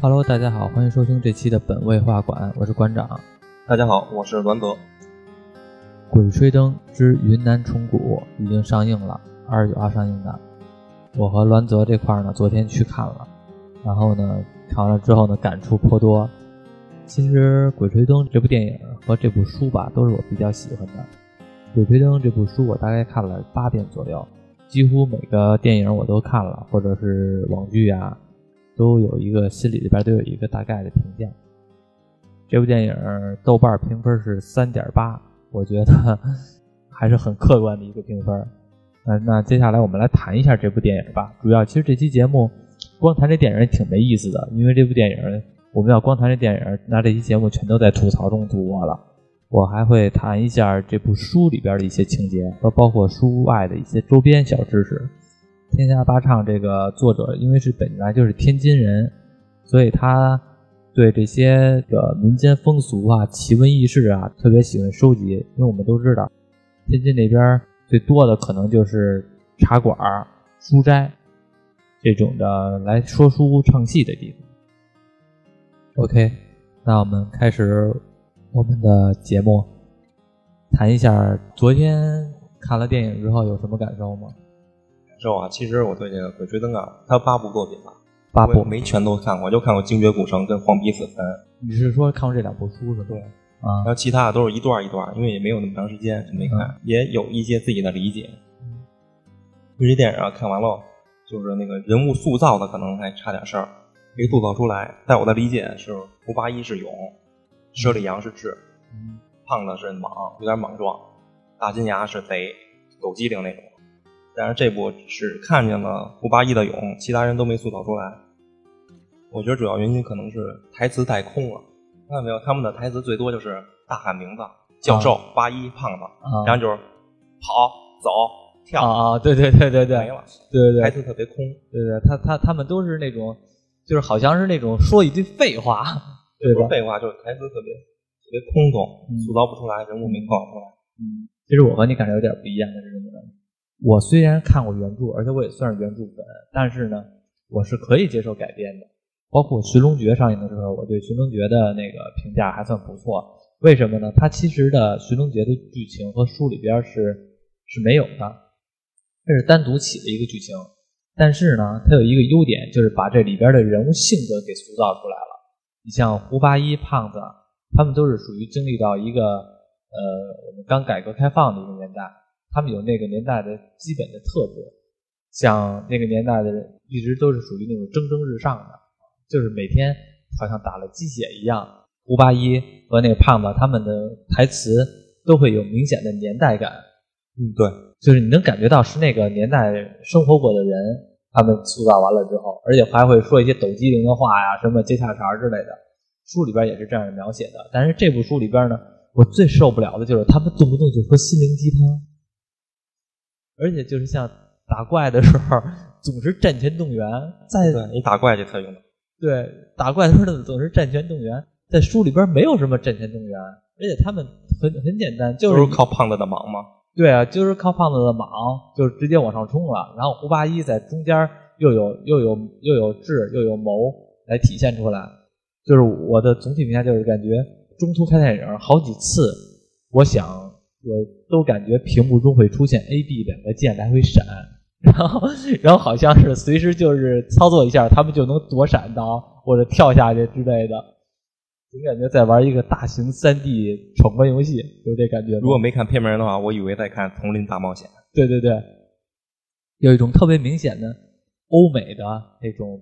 Hello， 大家好，欢迎收听这期的本位画馆，我是馆长。 大家好，我是栾德。 鬼吹灯之云南虫谷已经上映了，2月9号上映的。我和栾泽这块呢，昨天去看了，然后呢，看完了之后呢，感触颇多。其实鬼吹灯这部电影和这部书吧，都是我比较喜欢的。鬼吹灯这部书我大概看了8遍左右，几乎每个电影我都看了，或者是网剧啊，都有一个心里边都有一个大概的评价。这部电影豆瓣评分是 3.8， 我觉得还是很客观的一个评分。那接下来我们来谈一下这部电影吧。主要其实这期节目光谈这电影挺没意思的，因为这部电影我们要光谈这电影，那这期节目全都在吐槽中度过了。我还会谈一下这部书里边的一些情节和包括书外的一些周边小知识。天下八唱这个作者因为是本来就是天津人，所以他对这些个民间风俗啊、奇闻异事啊特别喜欢收集。因为我们都知道天津那边最多的可能就是茶馆、书斋这种的来说书唱戏的地方。OK， 那我们开始我们的节目，谈一下昨天看了电影之后有什么感受吗？ 感受啊，其实我对这个鬼吹灯啊，它有8部作品吧 ，8部我没全都看过，就看过《精绝古城》跟《黄皮死坟》。 你是说看过这2部书是吧？ 对啊， 然后其他的都是一段一段，因为也没有那么长时间就没看，也有一些自己的理解。这电影啊看完了，就是那个人物塑造的可能还差点事儿，没塑造出来。在我的理解是，胡八一是勇，佘里阳是智，胖子是莽，有点莽撞，大金牙是贼，狗机灵那种。但是这部只看见了胡八一的勇，其他人都没塑造出来。我觉得主要原因可能是台词太空了。看到没有，他们的台词最多就是大喊名字，教授、八一、胖子，然后就是跑、走、跳对，没了，对， 台词特别空。 对，他们都是那种，就是好像是那种说一堆废话，对吧？ 废话就是台词特别空洞，塑造不出来，人物没刻画出来。 其实我和你感觉有点不一样的是什么呢？我虽然看过原著，而且我也算是原著粉，但是呢，我是可以接受改编的。包括《寻龙诀》上映的时候，我对《寻龙诀》的那个评价还算不错。为什么呢？它其实的《寻龙诀》的剧情和书里边是没有的，这是单独起的一个剧情。但是呢，它有一个优点，就是把这里边的人物性格给塑造出来了。你像胡八一、胖子，他们都是属于经历到一个我们刚改革开放的一个年代，他们有那个年代的基本的特质。像那个年代的人一直都是属于那种蒸蒸日上的，就是每天好像打了鸡血一样。胡八一和那个胖子他们的台词都会有明显的年代感。 对， 就是你能感觉到是那个年代生活过的人，他们塑造完了之后，而且还会说一些抖机灵的话呀，什么接下茬之类的。书里边也是这样描写的。但是这部书里边呢，我最受不了的就是他们动不动就喝心灵鸡汤，而且就是像打怪的时候总是战前动员。 对，你打怪这特用的。 对，打怪的时候总是战前动员，在书里边没有什么战前动员，而且他们很简单，就是靠胖子的莽吗？ 对啊，就是靠胖子的莽，就是直接往上冲了。然后胡八一在中间又有智又有谋来体现出来。就是我的总体评价就是感觉中途看电影好几次，我都感觉屏幕中会出现 A、B 2个键来回闪，然后好像是随时就是操作一下，他们就能躲闪到或者跳下去之类的。总感觉在玩一个大型 3D 闯关游戏，有这感觉。 如果没看片名的话，我以为在看《丛林大冒险》。 对，有一种特别明显的欧美的那种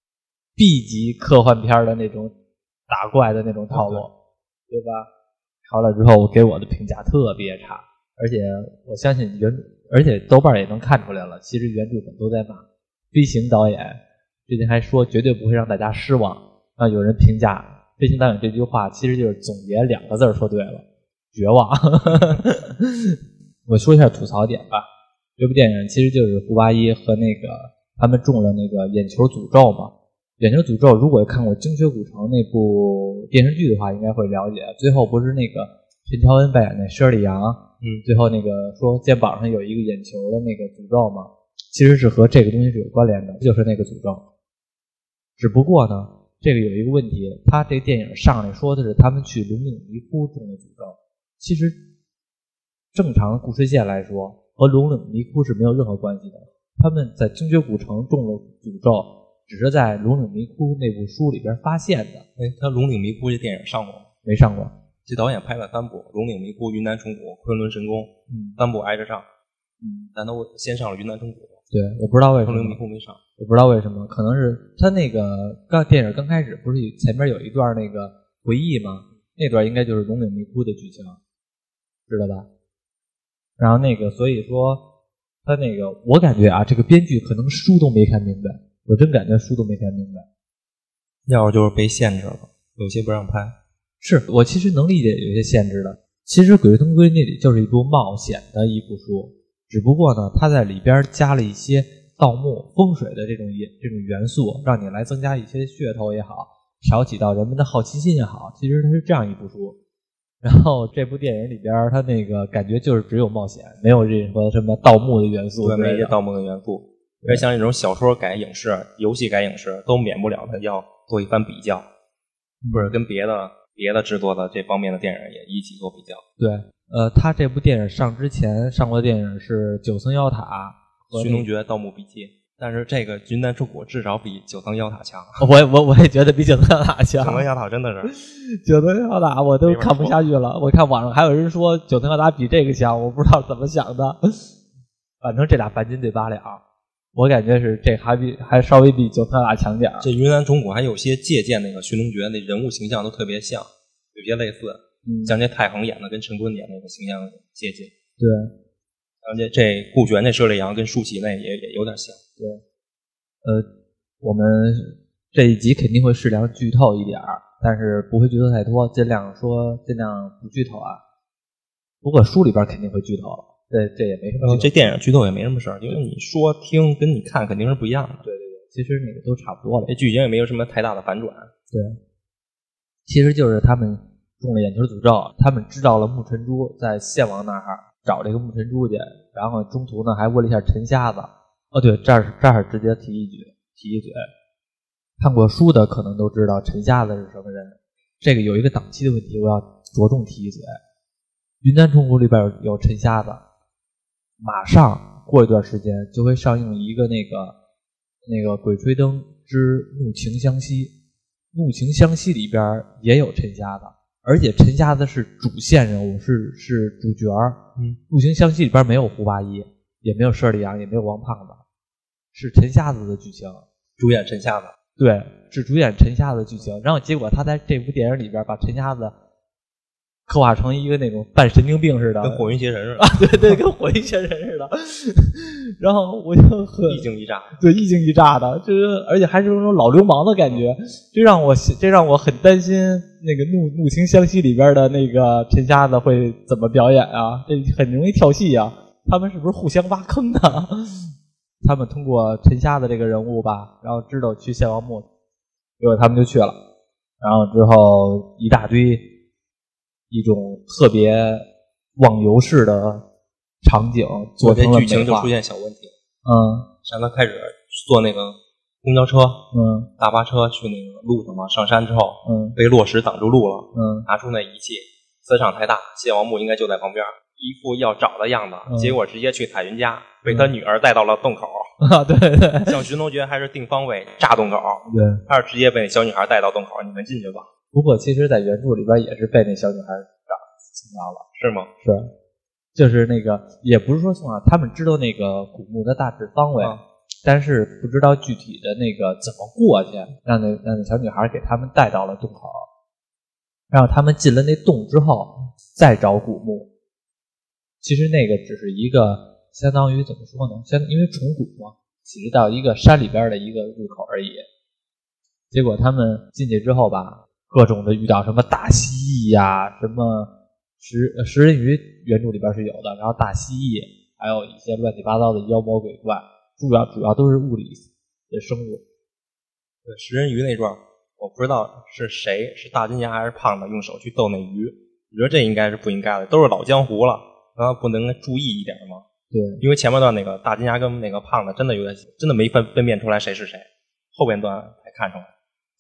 B 级科幻片的那种打怪的那种套路，对吧？看了之后，我给我的评价特别差，而且我相信而且豆瓣也能看出来了，其实原著粉都在骂。飞行导演最近还说绝对不会让大家失望，让有人评价飞行导演这句话其实就是总结2个字说对了，绝望。我说一下吐槽点吧。这部电影其实就是胡八一和那个他们中了那个眼球诅咒嘛。眼球诅咒如果看过《精绝古城》那部电视剧的话应该会了解，最后不是那个陈乔恩扮演的佘里阳最后那个说肩膀上有一个眼球的那个诅咒嘛，其实是和这个东西是有关联的，就是那个诅咒。只不过呢， 这个有一个问题，他这个电影上来说的是他们去龙岭迷窟中的诅咒，其实正常的故事线来说和龙岭迷窟是没有任何关系的。他们在精绝古城中了诅咒，只是在龙岭迷窟那部书里边发现的。 他龙岭迷窟这电影上过吗？ 没上过。 这导演拍了3部，龙岭迷窟、云南虫谷、昆仑神宫，3部挨着上。但他先上了云南虫谷。 对，我不知道为什么。 龙岭迷窟没上， 我不知道为什么，可能是他那个电影刚开始不是前面有一段那个回忆吗？那段应该就是龙岭迷窟的剧情，知道吧？然后那个，所以说他那个，我感觉啊，这个编剧可能书都没看明白，我真感觉书都没看明白。 要是就是被限制了，有些不让拍。 是我其实能理解有些限制的。其实《鬼吹灯归》那里就是一部冒险的一部书。只不过呢，它在里边加了一些盗墓风水的这种元素，让你来增加一些噱头也好，挑起到人们的好奇心也好，其实它是这样一部书。然后这部电影里边它那个感觉就是只有冒险，没有任何什么盗墓的元素， 对，没一些盗墓的元素。而像这种小说改影视、游戏改影视，都免不了的要做一番比较，或者跟别的制作的这方面的电影也一起做比较。 对。他这部电影上之前上过的电影是《九层妖塔》和 《寻龙诀》《盗墓笔记》，但是这个云南虫谷至少比《九层妖塔》强。 我也觉得比《九层妖塔》强。 九层妖塔真的是， 九层妖塔我都看不下去了。我看网上还有人说九层妖塔比这个强，我不知道怎么想的。反正这俩半斤对八两，我感觉是这还稍微比九层妖塔强点。 这云南虫谷还有些借鉴那个《寻龙诀》那人物形象都特别像，有些类似。像这太衡演的跟陈坤演那个形象接近。 对， 而且这顾全这佘丽阳跟舒淇那也有点像。 对，我们这一集肯定会适量剧透一点，但是不会剧透太多，尽量不剧透啊。不过书里边肯定会剧透，这也没什么。 这电影剧透也没什么事儿，因为你说听跟你看肯定是不一样的。 对，其实那个都差不多了。 这剧情也没有什么太大的反转。 对，其实就是他们中了眼球诅咒，他们知道了木尘珠，在献王那儿找这个木尘珠去，然后中途呢还问了一下陈瞎子。对，这儿直接提一嘴，看过书的可能都知道陈瞎子是什么人。这个有一个档期的问题，我要着重提一嘴。云南虫谷里边有陈瞎子，马上过一段时间就会上映一个那个鬼吹灯之怒晴湘西，怒晴湘西里边也有陈瞎子。而且陈瞎子是主线人物，是主角。怒晴湘西里边没有胡八一，也没有佘丽阳，也没有王胖子，是陈瞎子的剧情， 主演陈瞎子。 对，是主演陈瞎子的剧情。然后结果他在这部电影里边把陈瞎子刻画成一个那种半神经病似的， 跟火云邪神似的。 对，跟火云邪神似的。然后我就一惊一乍， 对，一惊一乍的，就是而且还是那种老流氓的感觉，这让我很担心那个怒晴湘西里边的那个陈瞎子会怎么表演啊？这很容易跳戏啊！他们是不是互相挖坑呢？他们通过陈瞎子这个人物吧，然后知道去献王墓，结果他们就去了，然后之后一大堆一种特别网游式的场景做成了剧情就出现小问题。像他开始坐那个公交车，大巴车去那个路上嘛，上山之后，被落石挡住路了，拿出那仪器，磁场太大，献王墓应该就在旁边，一副要找的样子，结果直接去彩云家，被他女儿带到了洞口。 对， 像寻龙诀还是定方位炸洞口， 对， 他是直接被小女孩带到洞口，你们进去吧。 不过其实在原著里边也是被那小女孩送到了。 是吗？ 是，就是那个也不是说送到，他们知道那个古墓的大致方位，但是不知道具体的那个怎么过去，让那小女孩给他们带到了洞口，然后他们进了那洞之后再找古墓。其实那个只是一个相当于怎么说呢，因为虫谷嘛，只是到一个山里边的一个入口而已。结果他们进去之后吧，各种的遇到什么大蜥蜴呀，什么食人鱼原著里边是有的，然后大蜥蜴，还有一些乱七八糟的妖魔鬼怪，主要都是物理的生物。 对，食人鱼那段我不知道是谁，是大金牙还是胖子用手去逗那鱼，我觉得这应该是不应该的，都是老江湖了，然后不能注意一点吗？ 对， 因为前半段那个大金牙跟那个胖子真的没分辨出来谁是谁，后边段才看出来。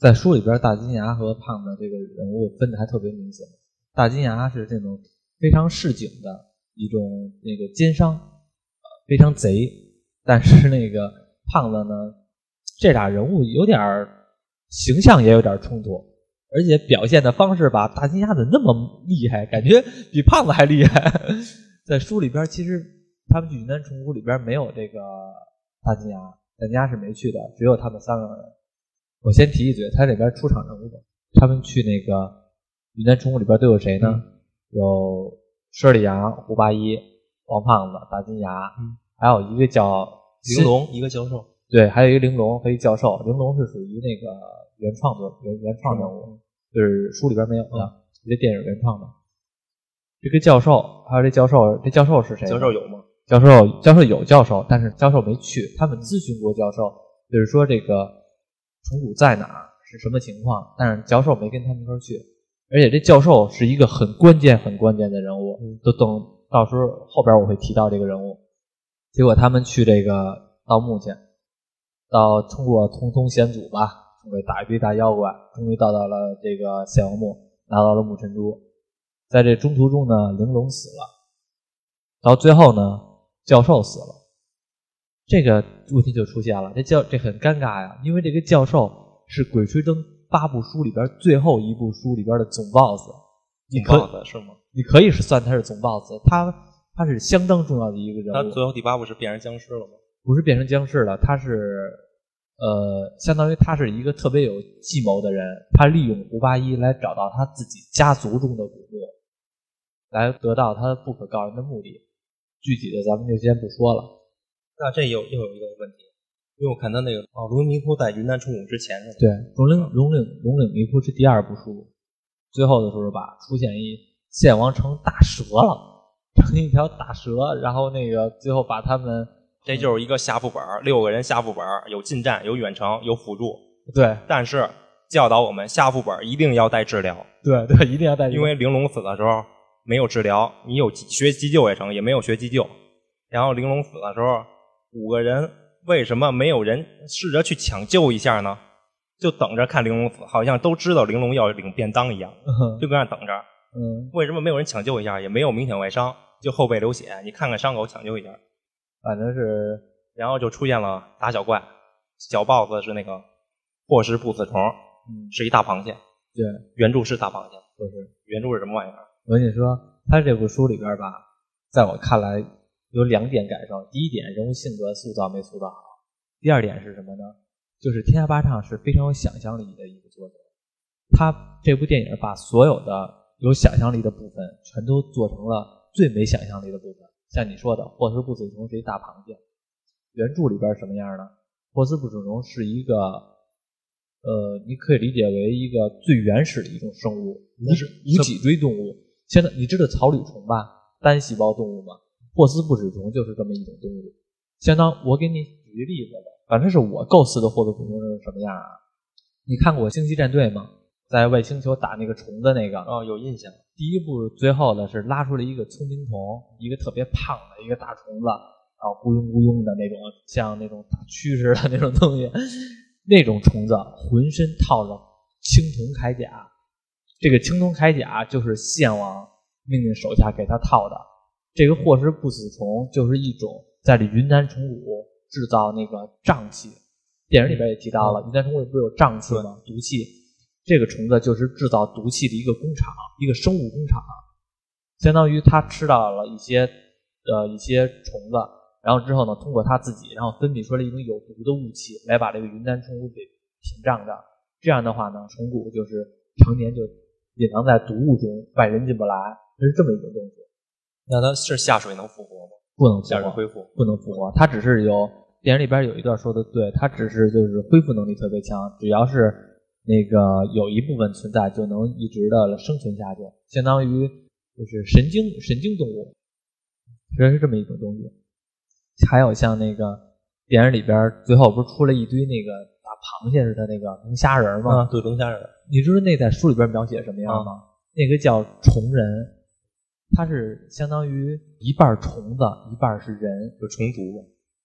在书里边，大金牙和胖子这个人物分的还特别明显。大金牙是这种非常市井的一种那个奸商，非常贼。但是那个胖子呢，这俩人物有点形象也有点冲突，而且表现的方式吧，大金牙怎么那么厉害，感觉比胖子还厉害。在书里边，其实他们去云南虫谷里边没有这个大金牙，大金牙是没去的，只有他们3个人。我先提一嘴，他这边出场人物的，他们去那个云南虫谷里边都有谁呢？有佘里阳、胡八一、王胖子、大金牙，还有一个叫玲珑，一个教授。 对，还有一个玲珑和一教授。玲珑是属于那个原创人物，就是书里边没有的，这电影原创的。这个教授，还有这教授是谁？ 教授有吗？ 教授有教授，但是教授没去。他们咨询过教授，就是说这个虫谷在哪儿，是什么情况，但是教授没跟他们一块去。而且这教授是一个很关键的人物，都等到时候后边我会提到这个人物。结果他们去这个盗墓去，通过通通险阻吧，通过打一堆大妖怪，终于到了这个献王墓，拿到了墓尘珠。在这中途中呢，玲珑死了，到最后呢，教授死了。这个问题就出现了，这很尴尬呀，因为这个教授是《鬼吹灯》8部书里边最后一部书里边的总 boss。 总 boss 是吗？ 你可以算他是总 boss， 他是相当重要的一个人物。 他最后第8部是变成僵尸了吗？ 不是变成僵尸了，他是相当于他是一个特别有计谋的人，他利用胡八一来找到他自己家族中的古墓，来得到他不可告人的目的。具体的咱们就先不说了。 那这又有一个问题，因为我看他那个龙岭迷窟在云南虫谷之前是吧？ 对，龙岭迷窟是第2部书，最后的时候吧，出现一献王成大蛇了，成一条大蛇，然后那个最后把他们， 这就是一个下副本，6个人下副本，有近战，有远程，有辅助。 对， 但是教导我们下副本一定要带治疗。 对，一定要带治疗。 因为玲珑死的时候没有治疗，你有学急救也成，也没有学急救。然后玲珑死的时候，5个人为什么没有人试着去抢救一下呢？就等着看玲珑死，好像都知道玲珑要领便当一样，就搁那等着。为什么没有人抢救一下？也没有明显外伤，就后背流血，你看看伤口抢救一下。 反正是， 然后就出现了大小怪，小 boss 是那个霍氏不死虫，是一大螃蟹。 对， 原著是大螃蟹， 不是原著是什么玩意儿？ 我跟你说，他这部书里边吧，在我看来有2点感受。第一点，人物性格塑造没塑造好；第2点是什么呢？就是天下八唱是非常有想象力的一个作者，他这部电影把所有的有想象力的部分全都做成了最没想象力的部分。像你说的，霍斯不死虫是一大螃蟹，原著里边什么样呢？霍斯不死虫是一个你可以理解为一个最原始的一种生物，无脊椎动物。现在你知道草履虫吧？单细胞动物吗？霍斯不死虫就是这么一种动物。相当我给你举个例子吧，反正是我构思的霍斯不死虫是什么样啊？你看过《星际战队》吗？在外星球打那个虫子那个， 有印象。 第1部最后的是拉出了一个聪明虫，一个特别胖的一个大虫子，然后咕庸的那种，像那种大蛆似的那种东西。那种虫子浑身套着青铜铠甲，这个青铜铠甲就是献王命令手下给他套的。这个霍氏不死虫就是一种在这云南虫谷制造那个瘴气，电影里边也提到了，云南虫谷不是有瘴气吗？毒气。这个虫子就是制造毒气的一个工厂，一个生物工厂，相当于他吃到了一些虫子，然后之后呢，通过他自己，然后分泌出来一种有毒的雾气，来把这个云南虫谷给屏障着。这样的话呢，虫谷就是常年就隐藏在毒雾中，外人进不来，这是这么一种东西。 那它是下水能复活吗？ 不能复活， 下水恢复不能复活。它只是有电影里边有一段说的对，它只是就是恢复能力特别强，只要是那个有一部分存在，就能一直的生存下去，相当于就是神经动物，这是这么一种东西。还有像那个电影里边最后不是出了一堆那个大螃蟹似的那个龙虾人吗？ 对，龙虾人。 你知道那在书里边描写什么样吗？那个叫虫人，它是相当于一半虫子一半是人， 就虫族。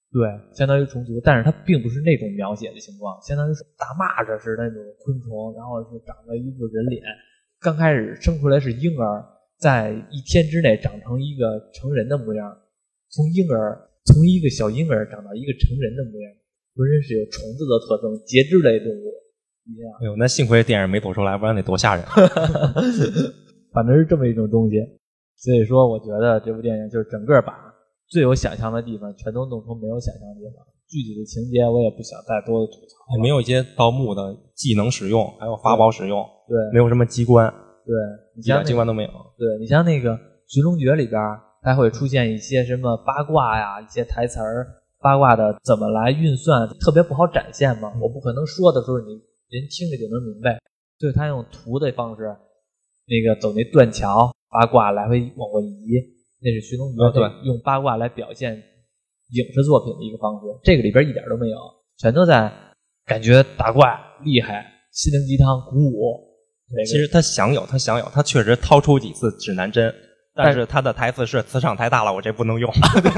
对，相当于虫族，但是它并不是那种描写的情况，相当于是大蚂蚱似的那种昆虫，然后是长了一副人脸，刚开始生出来是婴儿，在1天之内长成一个成人的模样，从一个小婴儿长到一个成人的模样，浑身是有虫子的特征，节肢类动物。 哎呦，那幸亏电影没走出来，不然得多吓人。 反正是这么一种东西，所以说我觉得这部电影就是整个把最有想象的地方全都弄成没有想象的地方，具体的情节我也不想再多的吐槽， 也没有一些盗墓的技能使用，还有法宝使用， 对， 没有什么机关， 对， 一点机关都没有。 对，你像那个《寻龙诀》里边还会出现一些什么八卦呀，一些台词儿，八卦的怎么来运算，特别不好展现嘛，我不可能说的时候你人听着就能明白，所以他用图的方式，那个走那断桥，八卦来回往过移，那是寻龙诀， 对， 用八卦来表现影视作品的一个方式。这个里边一点都没有，全都在感觉打怪厉害，心灵鸡汤鼓舞。 其实他想有，他确实掏出几次指南针，但是他的台词是磁场太大了，我这不能用。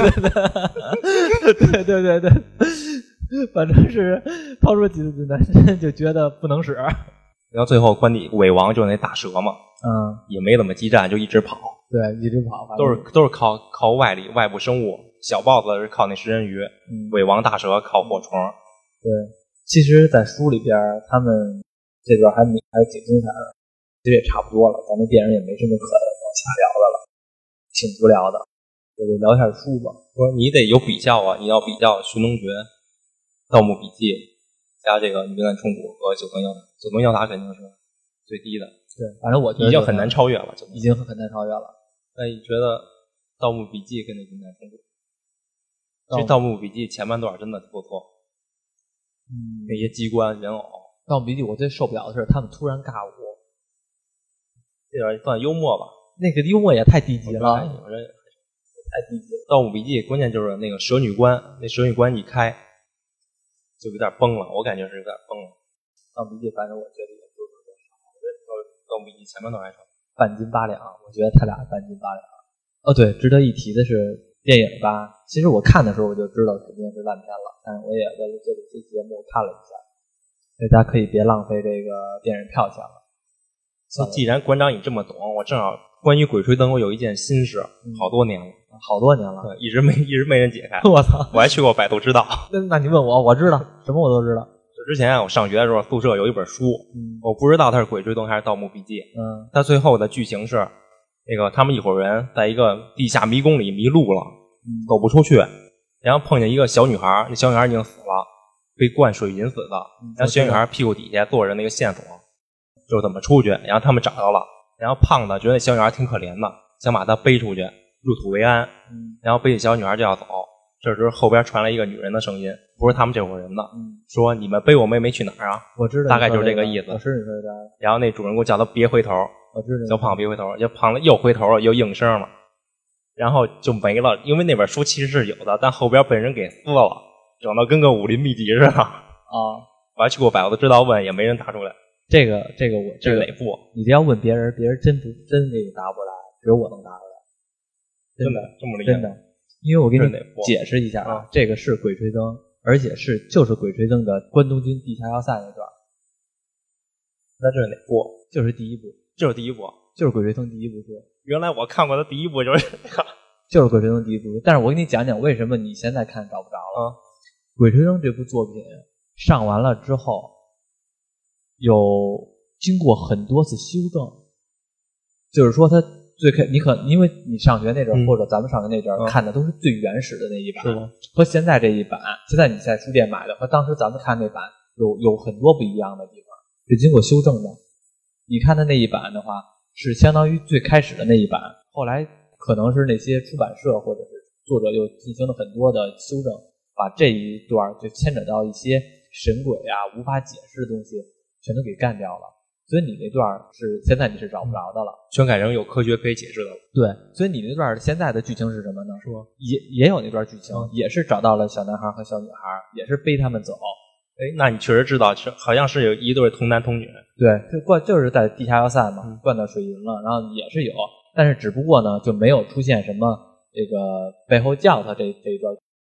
对，反正是掏出几次指南针就觉得不能使。 然后最后关底尾王就是那大蛇嘛，也没怎么激战，就一直跑。 对，一直跑， 都是靠外部生物，小 boss 是靠那食人鱼，尾王大蛇靠火虫。 对，其实在书里边他们这段还挺精彩的，其实也差不多了，咱们电影也没什么可往下聊的了，挺无聊的，我就聊一下书吧。 说你得有比较啊，你要比较《寻龙诀》《盗墓笔记》加这个《云南虫谷》和《九层妖塔》，九层妖塔肯定是最低的。 对，反正我觉得已经很难超越了， 已经很难超越了。 那你觉得《盗墓笔记》跟那《云南虫谷》？其实《盗墓笔记》前半段真的不错，那些机关人偶。《 盗墓笔记》我最受不了的是他们突然尬舞， 这点算幽默吧？ 那个幽默也太低级了， 有人太低级了。《盗墓笔记》关键就是那个蛇女关，那蛇女关一开就有点崩了，我感觉是有点崩了。《 盗墓笔记》反正我觉得也不是特别好， 我觉得《盗墓笔记》前半段还成半斤八两，我觉得他俩半斤八两。哦，对，值得一提的是电影吧，其实我看的时候我就知道肯定是烂片了，但是我也为了做这期节目看了一下，所以大家可以别浪费这个电影票钱了。 既然馆长你这么懂，我正好关于《鬼吹灯》我有一件心事，好多年了，对，一直没人解开。 我操！ 我还去过百度知道。 那你问我知道什么我都知道。 之前我上学的时候，宿舍有一本书，我不知道它是《鬼吹灯》还是《盗墓笔记》。它最后的剧情是，那个他们一伙人在一个地下迷宫里迷路了，走不出去，然后碰见一个小女孩，那小女孩已经死了，被灌水银死的。然后小女孩屁股底下坐着那个线索，就是怎么出去。然后他们找到了，然后胖子觉得那小女孩挺可怜的，想把她背出去，入土为安。然后背起小女孩就要走。这时后边传来一个女人的声音，不是他们这伙人的，说你们背我妹妹去哪儿啊？ 我知道， 大概就是这个意思。 我是你说的。 然后那主人公叫他别回头， 我知道。 小胖别回头，就胖了又回头了，又应声了，然后就没了。因为那本书其实是有的，但后边被人给撕了，整到跟个武林秘籍似的。我还去过百度知道问，也没人答出来。 这是哪部？ 你这要问别人，别人真给你答不来，只有我能答出来。 真的这么厉害？ 真的。因为我给你解释一下啊，这个是鬼吹灯，而且就是鬼吹灯的关东军地下要塞那段。 那这是哪部？ 就是第一部， 就是第一部， 就是鬼吹灯第一部书。 原来我看过的第一部就是这个， 就是鬼吹灯第一部。但是我给你讲讲为什么你现在看找不着了。鬼吹灯这部作品上完了之后，有经过很多次修正，就是说它因为你上学那阵或者咱们上学那阵看的都是最原始的那一版， 是吗？ 和现在这一版，现在你在书店买的和当时咱们看那版有很多不一样的地方，是经过修正的。你看的那一版的话，是相当于最开始的那一版，后来可能是那些出版社或者是作者又进行了很多的修正，把这一段就牵扯到一些神鬼啊无法解释的东西全都给干掉了。所以你那段现在你是找不着的了， 全改成有科学可以解释的了。 对，所以你那段现在的剧情是什么呢？说也有那段剧情，也是找到了小男孩和小女孩，也是背他们走。 那你确实知道，好像是有一对童男童女。 对，就是在地下要塞嘛，灌到水银了，然后也是有，但是只不过呢就没有出现什么这个背后叫他这一段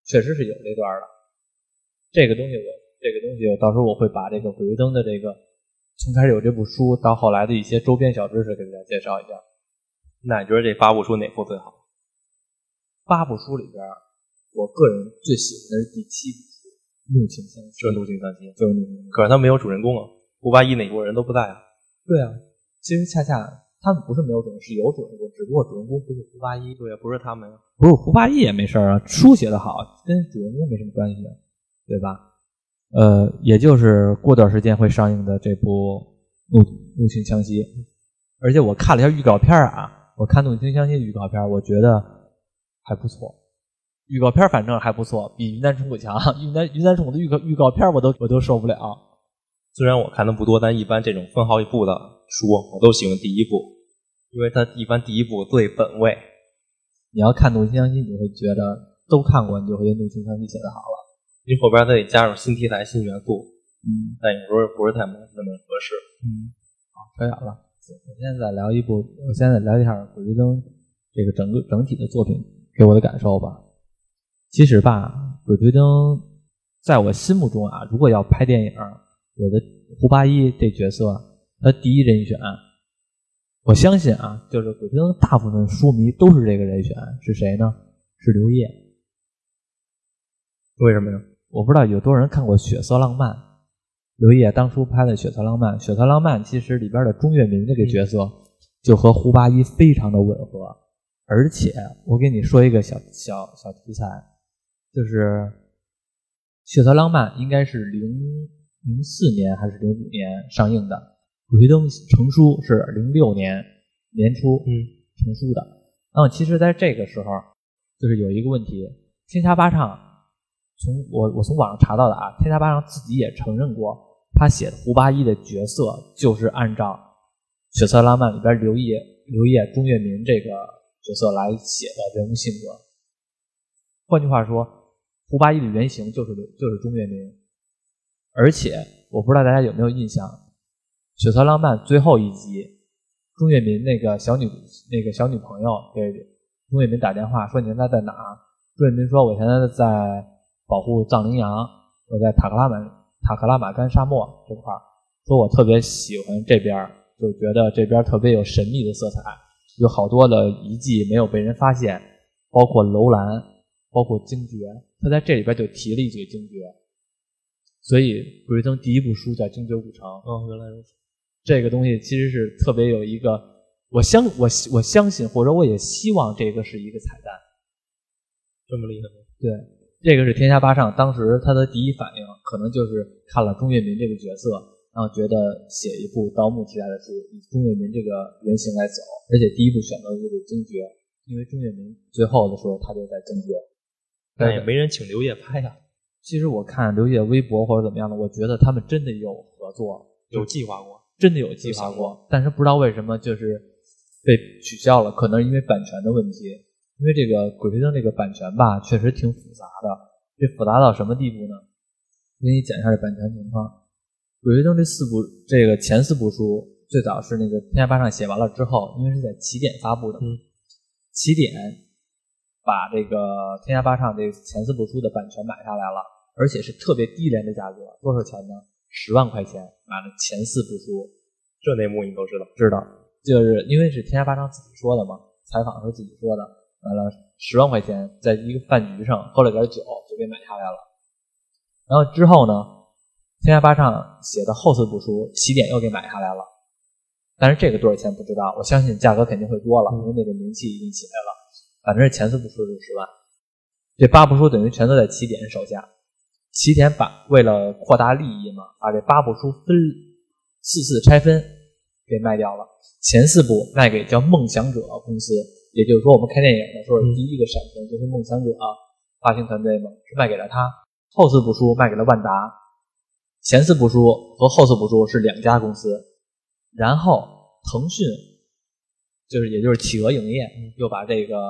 确实是有这段的。这个东西到时候我会把这个《鬼吹灯》的这个从开始有这部书到后来的一些周边小知识给大家介绍一下。 那你觉得这8部书哪部最好 ？8部书里边，我个人最喜欢的是第7部书《怒晴湘西》。 就是《怒晴湘西》， 就是怒晴湘西。 可是他没有主人公啊，胡八一那波人都不在啊。 对啊，其实恰恰他们不是没有主人公，是有主人公，只不过主人公不是胡八一。 对啊，不是他们呀。 不是胡八一也没事啊，书写得好，跟主人公没什么关系，对吧？也就是过段时间会上映的这部怒晴湘西，而且我看了一下预告片啊，我看怒晴湘西的预告片，我觉得还不错。预告片反正还不错，比云南虫谷强。云南虫谷的预告片我都受不了。 虽然我看的不多，但一般这种分好几部的书，我都喜欢第一部，因为它一般第一部最本味。 你要看怒晴湘西，你会觉得都看过，你就会觉得怒晴湘西写得好了。 因为后边它得加入新题材、新元素，但有时候不是太那么合适。 好，扯远了。我现在聊一下《鬼吹灯》这个整体的作品给我的感受吧。其实吧，《鬼吹灯》在我心目中啊，如果要拍电影，我的胡八一这角色，他第一人选，我相信啊，就是《鬼吹灯》大部分书迷都是这个人选，是谁呢？是刘烨。 为什么呀？ 我不知道有多少人看过《血色浪漫》，刘烨当初拍的《血色浪漫》，《血色浪漫》其实里边的钟跃民这个角色就和胡八一非常的吻合，而且我给你说一个小题材，就是《血色浪漫》应该是04年还是05年上映的，《鬼吹灯》成书是06年年初成书的。那么其实在这个时候就是有一个问题，天下八唱我从网上查到的啊，天下八唱自己也承认过，他写的胡八一的角色就是按照《血色浪漫》里边刘烨钟跃民这个角色来写的人物性格。换句话说，胡八一的原型就是钟跃民。而且我不知道大家有没有印象，《血色浪漫》最后一集，钟跃民那个小女朋友给钟跃民打电话说你现在在哪儿？钟跃民说我现在在保护藏羚羊，我在塔克拉玛干沙漠这块儿，说我特别喜欢这边，就觉得这边特别有神秘的色彩，有好多的遗迹没有被人发现，包括楼兰，包括精绝，他在这里边就提了一嘴精绝。所以《鬼吹灯》第一部书叫《精绝古城》。 原来如此。 这个东西其实是特别有一个，我相信或者我也希望这个是一个彩蛋。 这么厉害吗？ 对，这个是天下八唱当时他的第一反应，可能就是看了钟跃民这个角色，然后觉得写一部盗墓题材的书，以钟跃民这个原型来走，而且第一部选择的就是精绝，因为钟跃民最后的时候他就在精绝。 但也没人请刘烨拍呀。 其实我看刘烨微博或者怎么样的，我觉得他们真的有合作， 有计划过， 真的有计划过，但是不知道为什么就是被取消了，可能是因为版权的问题。因为这个《鬼吹灯》这个版权吧，确实挺复杂的。这复杂到什么地步呢？给你讲一下这版权情况。《鬼吹灯》这个前4部书，最早是那个天下八唱写完了之后，因为是在起点发布的，起点把这个天下八唱这前4部书的版权买下来了，而且是特别低廉的价格，多少钱呢？10万块钱买了前4部书。 这内幕你都知道？ 知道，就是因为是天下八唱自己说的嘛，采访时候自己说的，买了10万块钱，在一个饭局上喝了点酒就给买下来了。然后之后呢，天下八唱写的后4部书起点又给买下来了，但是这个多少钱不知道，我相信价格肯定会多了，因为那个名气已经起来了。反正前4部书是10万，这8部书等于全都在起点手下。起点为了扩大利益嘛，把这8部书4次拆分给卖掉了。前4部卖给叫梦想者公司，也就是说我们看电影的时候第一个闪屏就是梦想者发行团队嘛，是卖给了他。后4部书卖给了万达，前4部书和后4部书是2家公司。然后腾讯也就是企鹅影业又把这个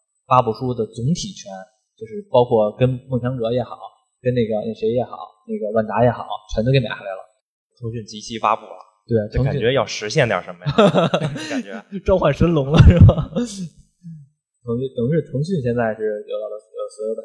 8部书的总体权，就是包括跟梦想者也好，跟那谁也好，那个万达也好，全都给买下来了。 腾讯即期发布了。 对， 就感觉要实现点什么呀？感觉召唤神龙了是吧？等于是腾讯现在是得到了所有版权，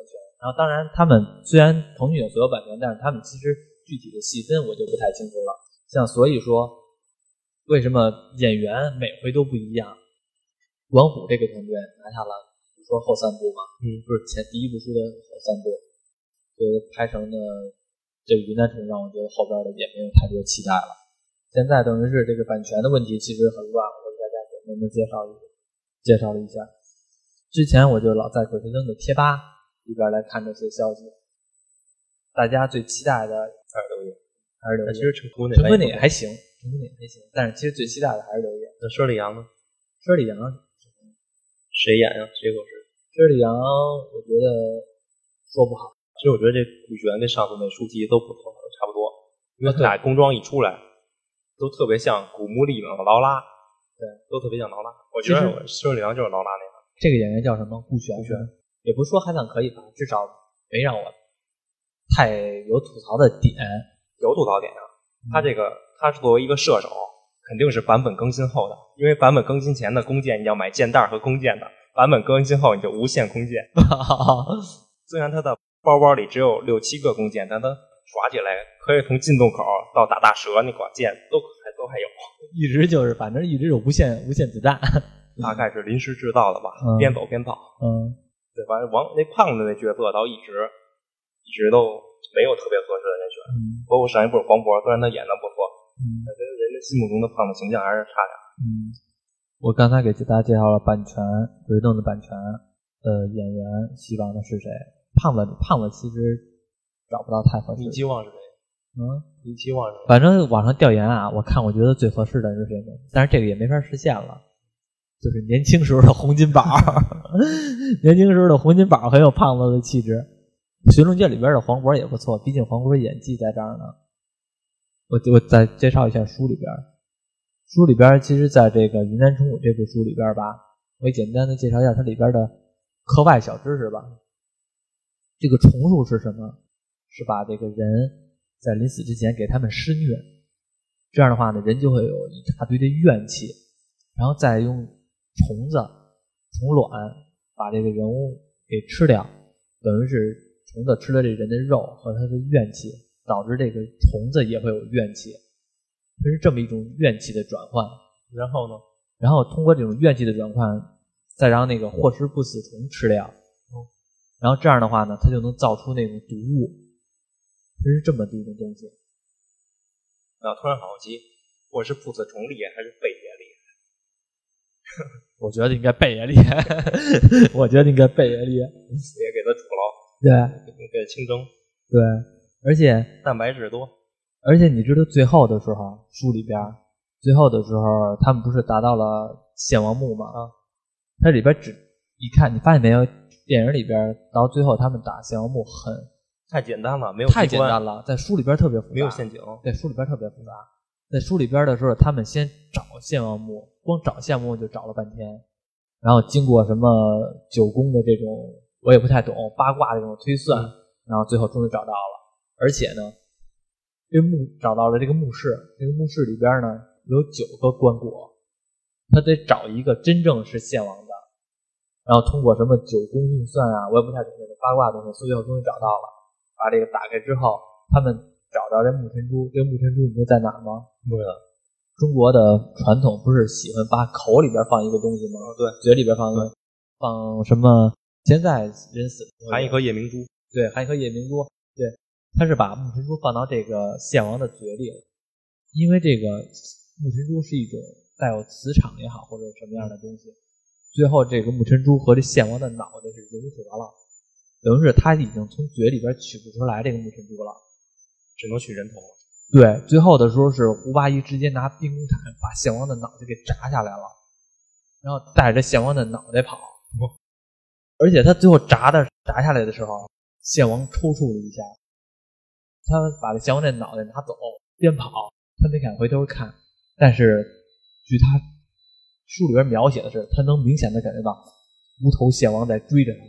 然后当然他们虽然腾讯有所有版权，但是他们其实具体的细分我就不太清楚了。像所以说为什么演员每回都不一样，管虎这个团队拿下了比如说后3部嘛，不是第1部书的后3部，所以拍成的这个云南虫让我觉得后边的也没有太多期待了。现在等于是这个版权的问题其实很乱，我给大家简单的介绍了一下。之前我就老在鬼吹灯的贴吧里边来看这些消息，大家最期待的还是刘烨， 其实陈坤也还行，但是其实最期待的还是刘烨。 那佘丽阳呢？ 佘丽阳谁演呀？谁合适？ 佘丽阳我觉得说不好。 其实我觉得这古璇跟上次那舒淇都不错，都差不多，因为他俩工装一出来，都特别像古墓丽影的劳拉， 对， 都特别像劳拉。我觉得佘丽阳就是劳拉那样。 这个演员叫什么？顾璇，也不说还算可以吧，至少没让我太有吐槽的点。 有吐槽点啊，他作为一个射手，肯定是版本更新后的，因为版本更新前的弓箭你要买箭袋和弓箭的，版本更新后你就无限弓箭。虽然他的包包里只有6、7个弓箭，但他耍起来可以从进洞口到打大蛇那把剑都还有， 一直就是反正一直有无限子弹。 大概是临时制造的吧，边走边造。对，反正那胖子那角色倒一直都没有特别合适的人选。包括上一部黄渤，虽然他演的不错，但跟人家心目中的胖子形象还是差点。 我刚才给大家介绍了版权，鬼吹灯的版权演员希望的是谁？胖子其实找不到太合适。 你期望是谁？你期望是谁？ 反正网上调研啊，我觉得最合适的是谁呢？但是这个也没法实现了。就是年轻时候的洪金宝。年轻时候的洪金宝很有胖子的气质。寻龙界里边的黄渤也不错，毕竟黄渤演技在这儿呢。我再介绍一下书里边其实在这个云南虫谷这部书里边吧，我也简单的介绍一下它里边的课外小知识吧。这个虫术是什么？是把这个人在临死之前给他们施虐，这样的话呢，人就会有一大堆的怨气，然后再用虫卵把这个人物给吃掉，等于是虫子吃了这人的肉和他的怨气，导致这个虫子也会有怨气，这是这么一种怨气的转换。 然后呢？ 然后通过这种怨气的转换，再让那个或食不死虫吃掉，然后这样的话呢，它就能造出那种毒物，这是这么一种东西。 突然好奇，或是不死虫厉害还是贝爷厉害？ 我觉得应该贝爷厉害。我觉得应该贝爷厉害， 也给他煮了， 对， 给清蒸， 对，而且蛋白质多。 而且你知道最后的时候，书里边最后的时候，他们不是达到了献王墓吗？它里边一看，你发现没有？电影里边到最后他们打献王墓太简单了，没有太简单了，在书里边特别复杂， 没有陷阱。 对，书里边特别复杂。在书里边的时候，他们先找献王墓，光找献王墓就找了半天，然后经过什么九宫的这种我也不太懂八卦的这种推算，然后最后终于找到了。而且呢，这墓找到了这个墓室，这个墓室里边呢有9个棺椁，他得找一个真正是献王的。然后通过什么九宫运算啊，我也不太懂这个八卦东西，最后终于找到了。把这个打开之后，他们找到这木尘珠，这个木尘珠你知道在哪儿吗？ 不知道。 中国的传统不是喜欢把口里边放一个东西吗？ 对， 嘴里边放什么？现在人死含一颗夜明珠， 对，含一颗夜明珠，对，他是把木尘珠放到这个献王的嘴里了，因为这个木尘珠是一种带有磁场也好或者什么样的东西。最后这个木尘珠和这献王的脑袋是融合了，等于是他已经从嘴里边取不出来这个木尘珠了， 只能取人头了。 对，最后的时候是胡八一直接拿冰工铲把献王的脑袋给砸下来了，然后带着献王的脑袋跑。而且他最后砸下来的时候，献王抽搐了一下，他把这献王的脑袋拿走，边跑，他没敢回头看，但是据他书里边描写的是，他能明显的感觉到无头献王在追着他，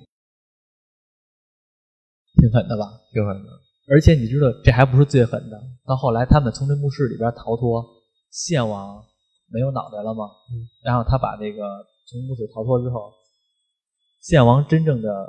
挺狠的吧？ 挺狠的。 而且你知道，这还不是最狠的。到后来，他们从这墓室里边逃脱，献王没有脑袋了嘛？然后他把这个从墓室逃脱之后，献王真正的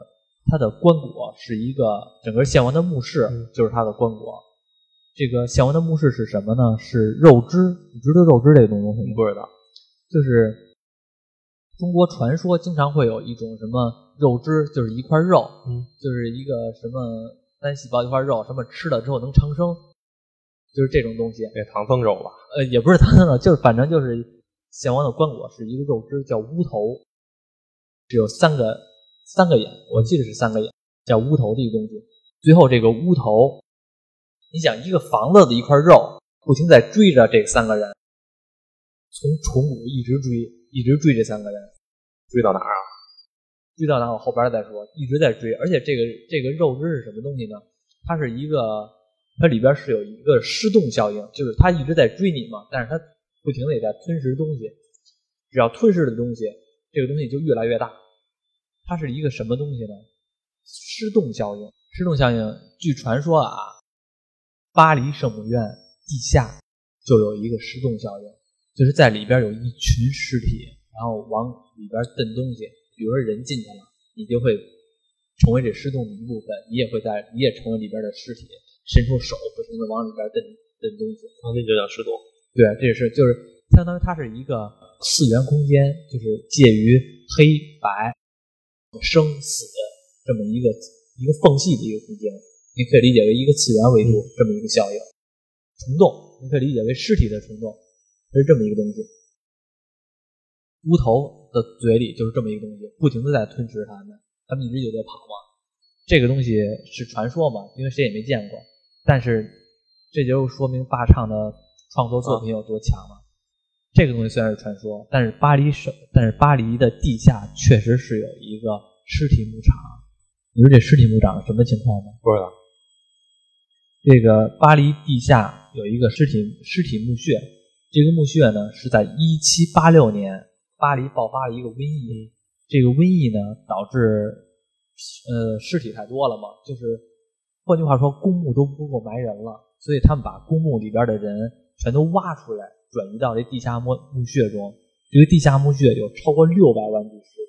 它的棺椁是一个整个献完的墓室，就是它的棺椁。这个献完的墓室是什么呢？是肉汁。你知道肉汁这个东西？ 不知道。 就是中国传说经常会有一种什么肉汁，就是一块肉，就是一个什么单细胞一块肉，什么吃了之后能长生，就是这种东西。 对，唐僧肉吧？ 也不是唐僧肉，就是反正就是献王的棺椁是一个肉汁，叫乌头，只有三个眼，我记得是3个眼，叫乌头的一个东西。最后这个乌头，你想一个房子的一块肉，不停在追着这3个人，从虫谷一直追这3个人， 追到哪儿啊？ 追到哪我后边再说，一直在追。而且这个肉汁是什么东西呢？它里边是有一个失动效应，就是它一直在追你嘛，但是它不停的也在吞噬东西，只要吞噬的东西，这个东西就越来越大。它是一个什么东西呢？失动效应。失动效应，据传说啊，巴黎圣母院地下就有一个失动效应，就是在里边有一群尸体，然后往里边蹬东西，比如说人进去了，你就会成为这失动的一部分，你也成为里边的尸体，伸出手不停的往里边蹬东西， 那就叫失动。 对，这是就是相当于它是一个次元空间，就是介于黑白生死这么一个缝隙的一个空间，你可以理解为一个次元维度这么一个效应。虫洞你可以理解为尸体的虫洞，它是这么一个东西。乌头的嘴里就是这么一个东西，不停的在吞噬他们一直就在跑嘛。这个东西是传说嘛，因为谁也没见过，但是这就说明巴唱的创作作品有多强了。这个东西虽然是传说，但是巴黎的地下确实是有一个尸体牧场。你说这尸体牧场什么情况呢？ 不知道。 这个巴黎地下有一个尸体墓穴，这个墓穴呢是在1786年巴黎爆发了一个瘟疫，这个瘟疫呢导致尸体太多了嘛，就是换句话说公墓都不够埋人了，所以他们把公墓里边的人全都挖出来转移到这地下墓穴中。这个地下墓穴有超过600万具尸体，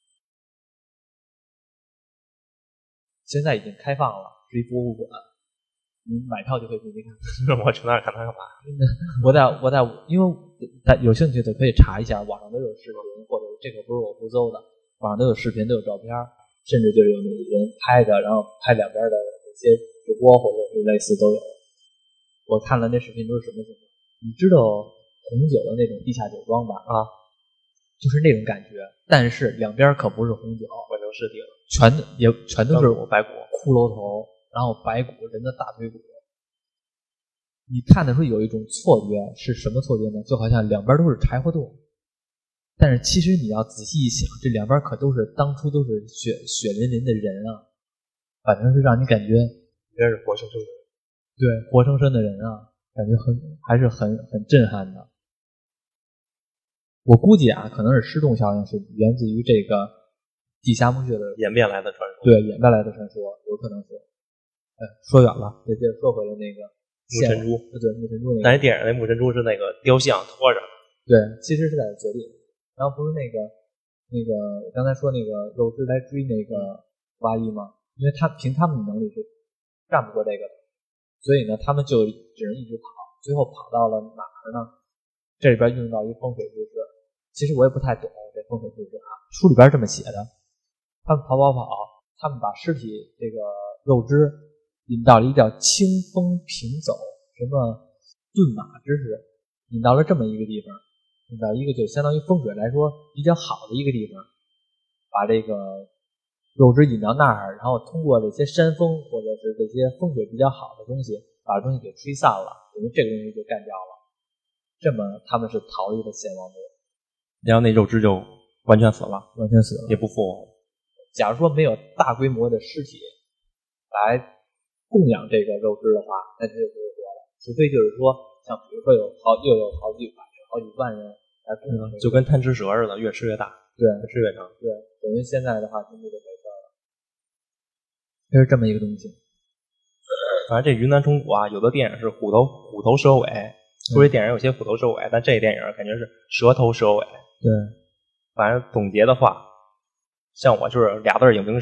现在已经开放了，是一博物馆，你买票就可以进去看。 我去那儿看他干嘛？ 因为有兴趣的可以查一下，网上都有视频，或者这个不是我胡诌的，网上都有视频，都有照片，甚至就是有那个人拍的，然后拍两边的一些直播或者是类似都有。我看了那视频都是什么情况？你知道红酒的那种地下酒庄吧？啊，就是那种感觉，但是两边可不是红酒， 换成尸体了， 全都是白骨、 骷髅头，然后白骨，人的大腿骨。你看的时候有一种错觉，是什么错觉呢？就好像两边都是柴火垛，但是其实你要仔细一想，这两边可当初都是血淋淋的人啊，反正是让你感觉应该是活生生的人。 对，活生生的人啊，感觉还是很震撼的。我估计啊，可能是失动效应是源自于这个地下墓穴的演变来的传说。 对，演变来的传说有可能是。说远了，这说回了那个木珍珠。 对，木珍珠那个。 但是电影那木珍珠是那个雕像拖着。 对，其实是在嘴里。然后不是那个我刚才说那个肉汁来追那个蛙医吗？因为凭他们的能力是干不过这个的，所以呢，他们就只能一直跑，最后跑到了哪儿呢？这里边用到一个风水故事，其实我也不太懂这风水故事啊，书里边这么写的。他们跑，他们把尸体这个肉汁引到了一个叫清风平走什么遁马之势，引到了这么一个地方，引到一个就相当于风水来说比较好的一个地方，把这个肉汁引到那儿，然后通过这些山峰或者是这些风水比较好的东西，把东西给吹散了，因为这个东西就干掉了。这么他们是逃离了献王墓， 然后那肉汁就完全死了，也不复活。 假如说没有大规模的尸体来供养这个肉汁的话，那就不会活了。除非就是说，像比如说又有好几百人、好几万人来供养， 就跟贪吃蛇似的，越吃越大， 对， 越吃越长。 对，等于现在的话，经济就没事了。这是这么一个东西。 反正这云南虫谷啊，有的电影是虎头蛇尾，说这电影有些虎头蛇尾，但这电影感觉是蛇头蛇尾。 对， 反正总结的话，像我就是俩字影评师，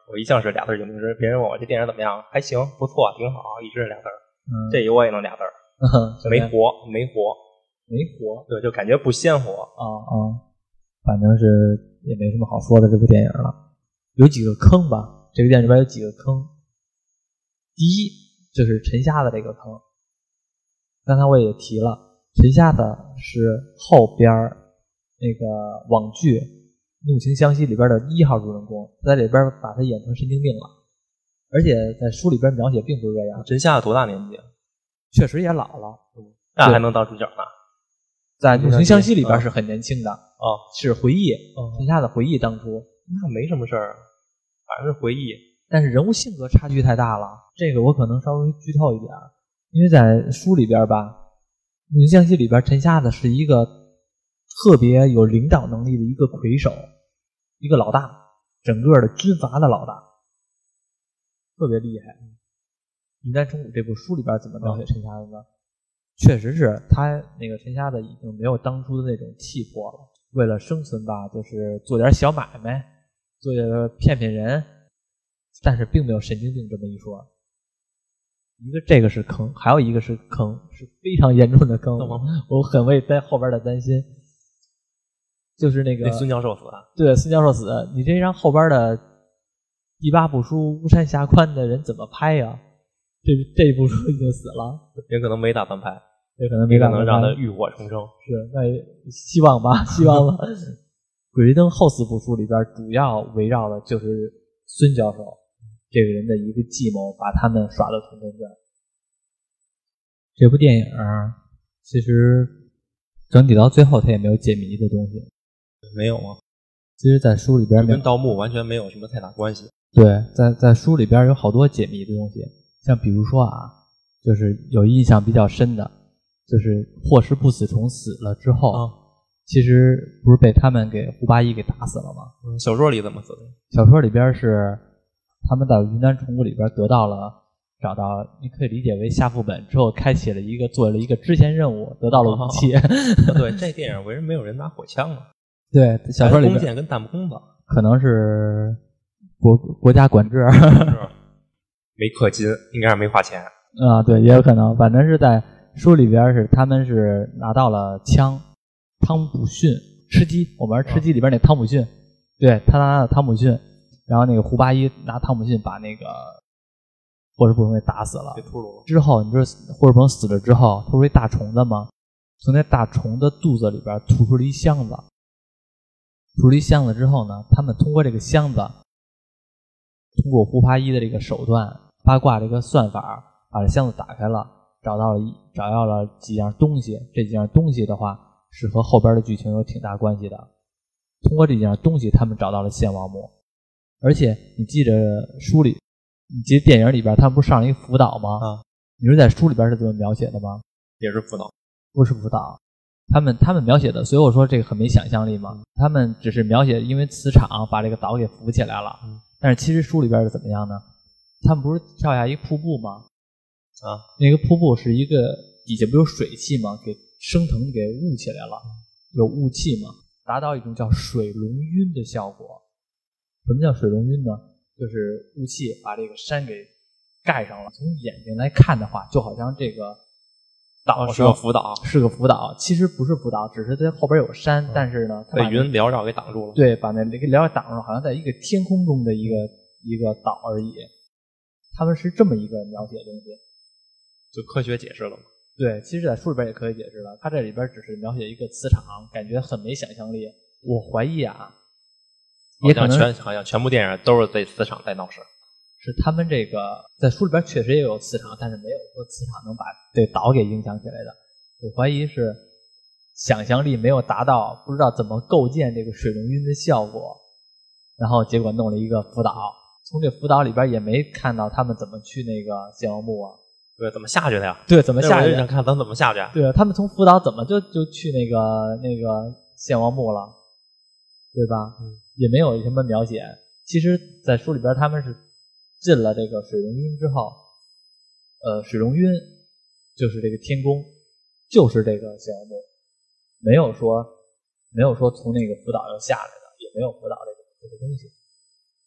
我一向是俩字影评人，别人问我这电影怎么样，还行，不错，挺好，一直是俩字。这我也能俩字，没活。对，就感觉不鲜活反正是也没什么好说的这部电影了。有几个坑吧，这个电影里边有几个坑。第一就是陈瞎子这个坑，刚才我也提了，陈瞎子是后边那个网剧《怒晴湘西》里边的1号主人公，在里边把他演成神经病了，而且在书里边描写并不是这样。 陈瞎子多大年纪？ 确实也老了， 那还能当主角呢？ 在《怒晴湘西》里边是很年轻的是回忆，陈瞎子回忆当初。 那没什么事儿，反正是回忆。 但是人物性格差距太大了，这个我可能稍微剧透一点，因为在书里边吧，《怒晴湘西》里边陈瞎子是一个特别有领导能力的一个魁首，一个老大，整个的军阀的老大，特别厉害。云南虫谷这部书里边怎么描写陈瞎子呢？确实是他那个陈瞎子已经没有当初的那种气魄了，为了生存吧，就是做点小买卖，做点骗人，但是并没有神经病这么一说。一个这个是坑，还有一个是坑，是非常严重的坑，我很为在后边的担心。就是那个孙教授死了， 对，孙教授死，你这让后边的第8部书巫山峡关的人怎么拍呀？这一部书已经死了， 也可能没打算拍， 也可能没打算拍， 让他浴火重生。 是，那希望吧，希望吧。鬼吹灯后4部书里边主要围绕的就是孙教授这个人的一个计谋，把他们耍得团团转。这部电影其实整体到最后他也没有解谜的东西， 没有啊。 其实在书里边跟盗墓完全没有什么太大关系。 对，在书里边有好多解谜的东西，像比如说就是有印象比较深的，就是霍氏不死虫死了之后其实不是被他们给胡八一给打死了吗？ 小说里怎么死的？ 小说里边是他们到云南虫谷里边找到，你可以理解为下副本之后开启了做了一个支线任务，得到了武器。 对，这电影为什么没有人拿火枪啊？ 对，小说里边弓箭跟弹弓子， 可能是国家管制， 没氪金，应该是没花钱对，也有可能，反正是在书里边他们是拿到了枪，汤普逊吃鸡，我们玩吃鸡里边那汤普逊，对，他拿了汤普逊，然后那个胡八一拿汤普逊把那个霍氏不虫给打死了。之后你知道霍氏不虫死了之后，它不是一大虫子吗？从那大虫的肚子里边吐出了一箱子，之后呢，他们通过这个箱子，通过胡八一的这个手段，八卦这个算法，把这箱子打开了，找到了几样东西。这几样东西的话是和后边的剧情有挺大关系的。通过这几样东西他们找到了献王墓。而且你记得电影里边他们不是上了一个辅导吗？你说在书里边是怎么描写的吗？ 也是辅导？ 不是辅导，他们描写的，所以我说这个很没想象力嘛。他们只是描写因为磁场把这个岛给浮起来了，但是其实书里边是怎么样呢？他们不是跳下一瀑布吗？那个瀑布是一个底下不有水汽吗？给升腾给雾起来了，有雾气嘛，达到一种叫水龙晕的效果。什么叫水龙晕呢？就是雾气把这个山给盖上了。从眼睛来看的话，就好像这个岛是个辅导， 其实不是辅导，只是它后边有山，但是呢，它被云缭绕给挡住了。 对，把那个缭绕挡住，好像在一个天空中的一个岛而已。他们是这么一个描写的东西， 就科学解释了嘛。 对，其实在书里边也可以解释了，它这里边只是描写一个磁场，感觉很没想象力。我怀疑也可能好像全部电影都是这磁场在闹事。 是他们这个在书里边确实也有磁场，但是没有说磁场能把这岛给影响起来的。我怀疑是想象力没有达到，不知道怎么构建这个水龙晕的效果，然后结果弄了一个辅导。从这辅导里边也没看到他们怎么去那个献王墓对，怎么下去的呀？ 对，怎么下去？ 想看咱怎么下去？ 对，他们从辅导怎么就去那个献王墓了，对吧？也没有什么描写。其实，在书里边他们是进了这个水龙晕之后，水龙晕就是这个天宫，就是这个献王墓，没有说从那个辅导又下来的，也没有辅导这个东西。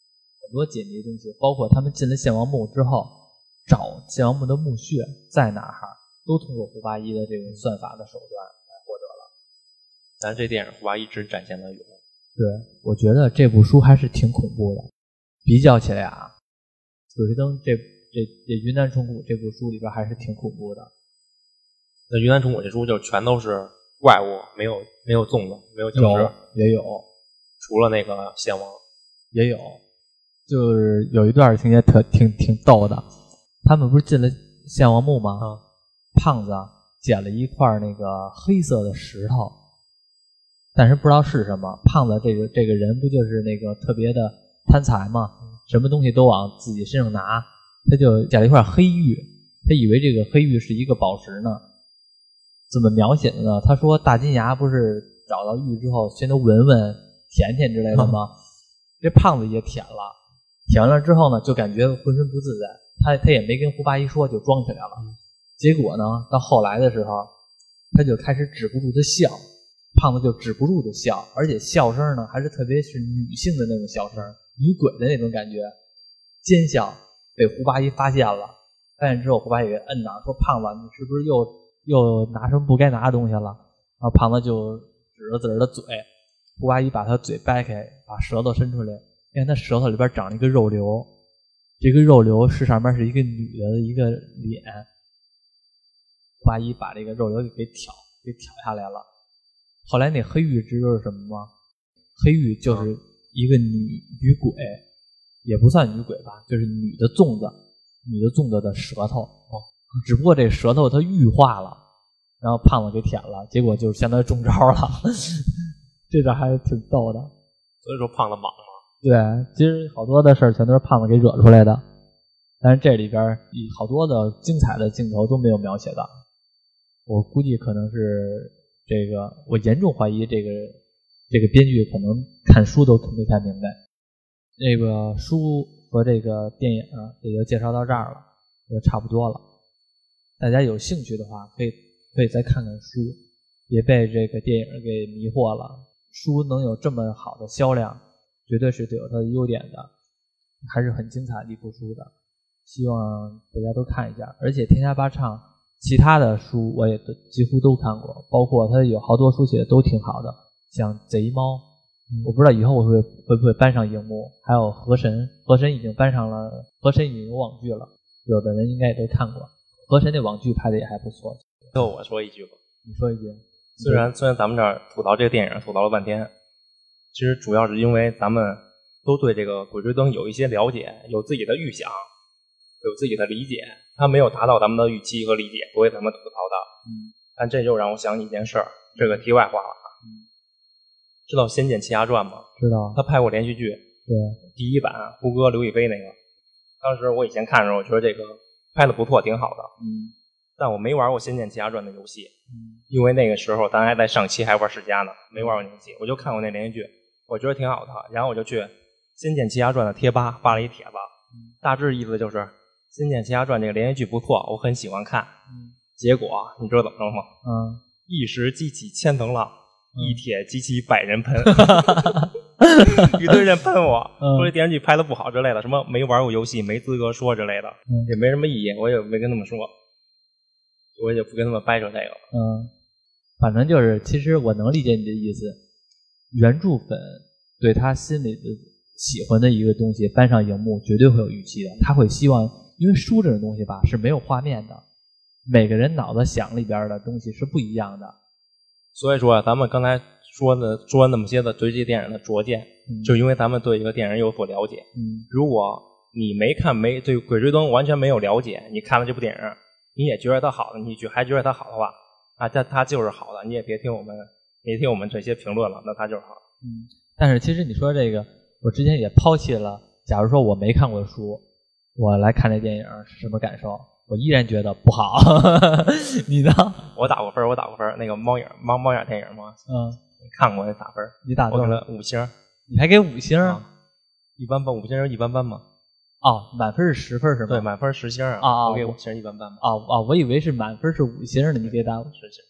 很多解谜的东西，包括他们进了献王墓之后找献王墓的墓穴在哪儿，都通过胡八一的这种算法的手段来获得了。 咱这电影胡八一只展现了有。 对，我觉得这部书还是挺恐怖的。比较起来啊，《鬼吹灯》这云南虫谷这部书里边还是挺恐怖的。 那云南虫谷这书就全都是怪物，没有粽子，没有僵尸， 也有， 除了那个献王也有。就是有一段情节挺逗的，他们不是进了献王墓吗？胖子捡了一块那个黑色的石头，但是不知道是什么。胖子这个人不就是那个特别的贪财吗？什么东西都往自己身上拿，他就捡了一块黑玉，他以为这个黑玉是一个宝石呢。怎么描写的呢？他说大金牙不是找到玉之后先都闻闻舔舔之类的吗？这胖子也舔了，舔完了之后呢，就感觉浑身不自在，他也没跟胡八一说，就装起来了。结果呢，到后来的时候，他就开始止不住的笑，胖子就止不住的笑，而且笑声呢还是特别是女性的那种笑声，女鬼的那种感觉，奸笑。被胡八一发现了，发现之后胡八一给摁那，说胖子你是不是又拿什么不该拿的东西了？然后胖子就指着自己的嘴，胡八一把他嘴掰开，把舌头伸出来，因为他舌头里边长了一个肉瘤，这个肉瘤上面是一个女的一个脸，胡八一把这个肉瘤给挑下来了。后来那黑玉知道是什么吗？黑玉就是一个女鬼，也不算女鬼吧，就是女的粽子的舌头，只不过这舌头它玉化了，然后胖子给舔了，结果就是相当于中招了。这点还挺逗的。 所以说胖子莽嘛。 对，其实好多的事儿全都是胖子给惹出来的，但是这里边好多的精彩的镜头都没有描写到。我估计可能是这个，我严重怀疑这个编剧可能看书都没看明白。这个书和这个电影也就介绍到这儿了，就差不多了。大家有兴趣的话，可以再看看书，别被这个电影给迷惑了。书能有这么好的销量，绝对是有它的优点的，还是很精彩的一部书的。希望大家都看一下。而且天下八唱其他的书我也几乎都看过，包括它有好多书写的都挺好的，像贼猫，我不知道以后会不会搬上荧幕。还有河神已经搬上了，河神已经有网剧了，有的人应该也都看过。河神那网剧拍的也还不错。 最后我说一句吧， 你说一句。 虽然咱们这儿吐槽这个电影吐槽了半天，其实主要是因为咱们都对这个《鬼吹灯》有一些了解，有自己的预想，有自己的理解，它没有达到咱们的预期和理解，不为咱们吐槽的。但这就让我想起一件事儿，这个题外话了。知道《仙剑奇侠传》吗？ 知道。 他拍过连续剧。 对。 第一版胡歌、刘亦菲那个，当时我以前看的时候，我觉得这个拍的不错，挺好的。但我没玩过《仙剑奇侠传》的游戏，因为那个时候咱还在上期还玩世嘉呢，没玩过那游戏，我就看过那连续剧，我觉得挺好的。然后我就去《仙剑奇侠传》的贴吧发了一帖子，大致意思就是《仙剑奇侠传》这个连续剧不错，我很喜欢看。结果你知道怎么着吗？一时激起千层浪，一帖激起百人喷。一堆人喷我，说这电视剧拍的不好之类的，什么没玩过游戏没资格说之类的，也没什么意义，我也没跟他们说，我也不跟他们掰扯这个了。 反正就是其实我能理解你的意思，原著粉对他心里的喜欢的一个东西搬上荧幕绝对会有预期的，他会希望，因为书这种东西吧是没有画面的，每个人脑子想里边的东西是不一样的。 所以说咱们刚才说那么些的对这些电影的拙见，就因为咱们对一个电影有所了解。如果你对《鬼吹灯》完全没有了解，你看了这部电影，你也觉得它好的，你还觉得它好的话，它就是好的，你也别听我们这些评论了，那它就是好的。 但是其实你说这个，我之前也抛弃了，假如说我没看过书，我来看这电影是什么感受？我依然觉得不好。你呢？ 我打过分，那个猫眼电影吗？你看过那打分？ 你打多少？ 我给了5星。 你还给5星？ 一般般，5星一般般嘛。 满分是10分是吗？ 对，满分10星啊。 我给5星一般般嘛。 我以为是满分是5星呢，你给打10 星。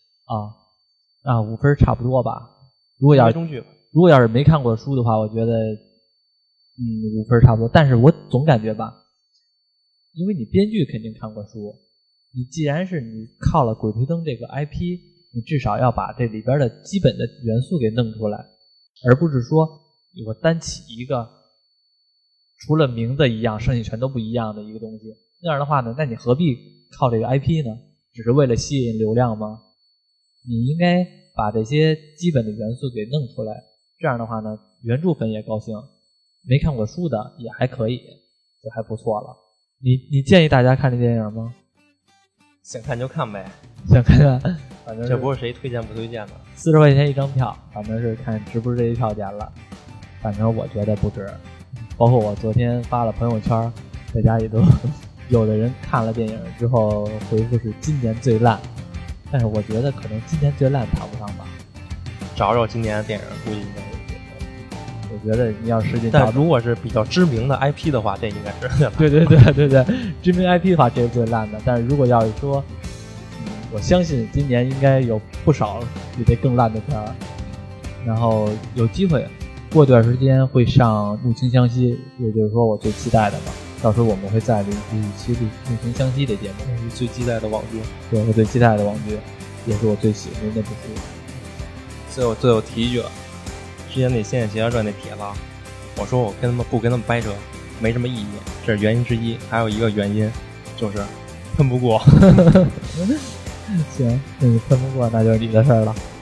5分差不多吧。如果要是没看过书的话，我觉得 5分差不多。但是我总感觉吧，因为你编剧肯定看过书，你既然是你靠了《鬼吹灯》这个 IP， 你至少要把这里边的基本的元素给弄出来，而不是说我单起一个除了名字一样剩下全都不一样的一个东西。那样的话呢，那你何必靠这个 IP 呢？只是为了吸引流量吗？你应该把这些基本的元素给弄出来，这样的话呢，原著粉也高兴，没看过书的也还可以，就还不错了。你建议大家看这电影吗？ 想看就看呗， 想看看，反正这不是谁推荐不推荐的。 40块钱一张票，反正是看值不值这一票钱了。反正我觉得不值，包括我昨天发了朋友圈，在家里都有的人看了电影之后回复是今年最烂，但是我觉得可能今年最烂谈不上吧。 找找今年的电影，估计应该有些。 我觉得你要使劲找， 但如果是比较知名的 IP 的话，这应该是对，知名 IP 的话，这是最烂的。但是如果要是说，我相信今年应该有不少比这更烂的片儿。然后有机会，过段时间会上《怒晴湘西》，也就是说我最期待的吧。到时候我们会再录一期《怒晴湘西》的节目， 是最期待的网剧， 对，我最期待的网剧，也是我最喜欢的那部剧。 最后提一句，之前那《仙剑奇侠传》那帖子，我说我不跟他们掰扯，没什么意义，这是原因之一。还有一个原因就是喷不过。 行，那你喷不过，那就是你的事儿了。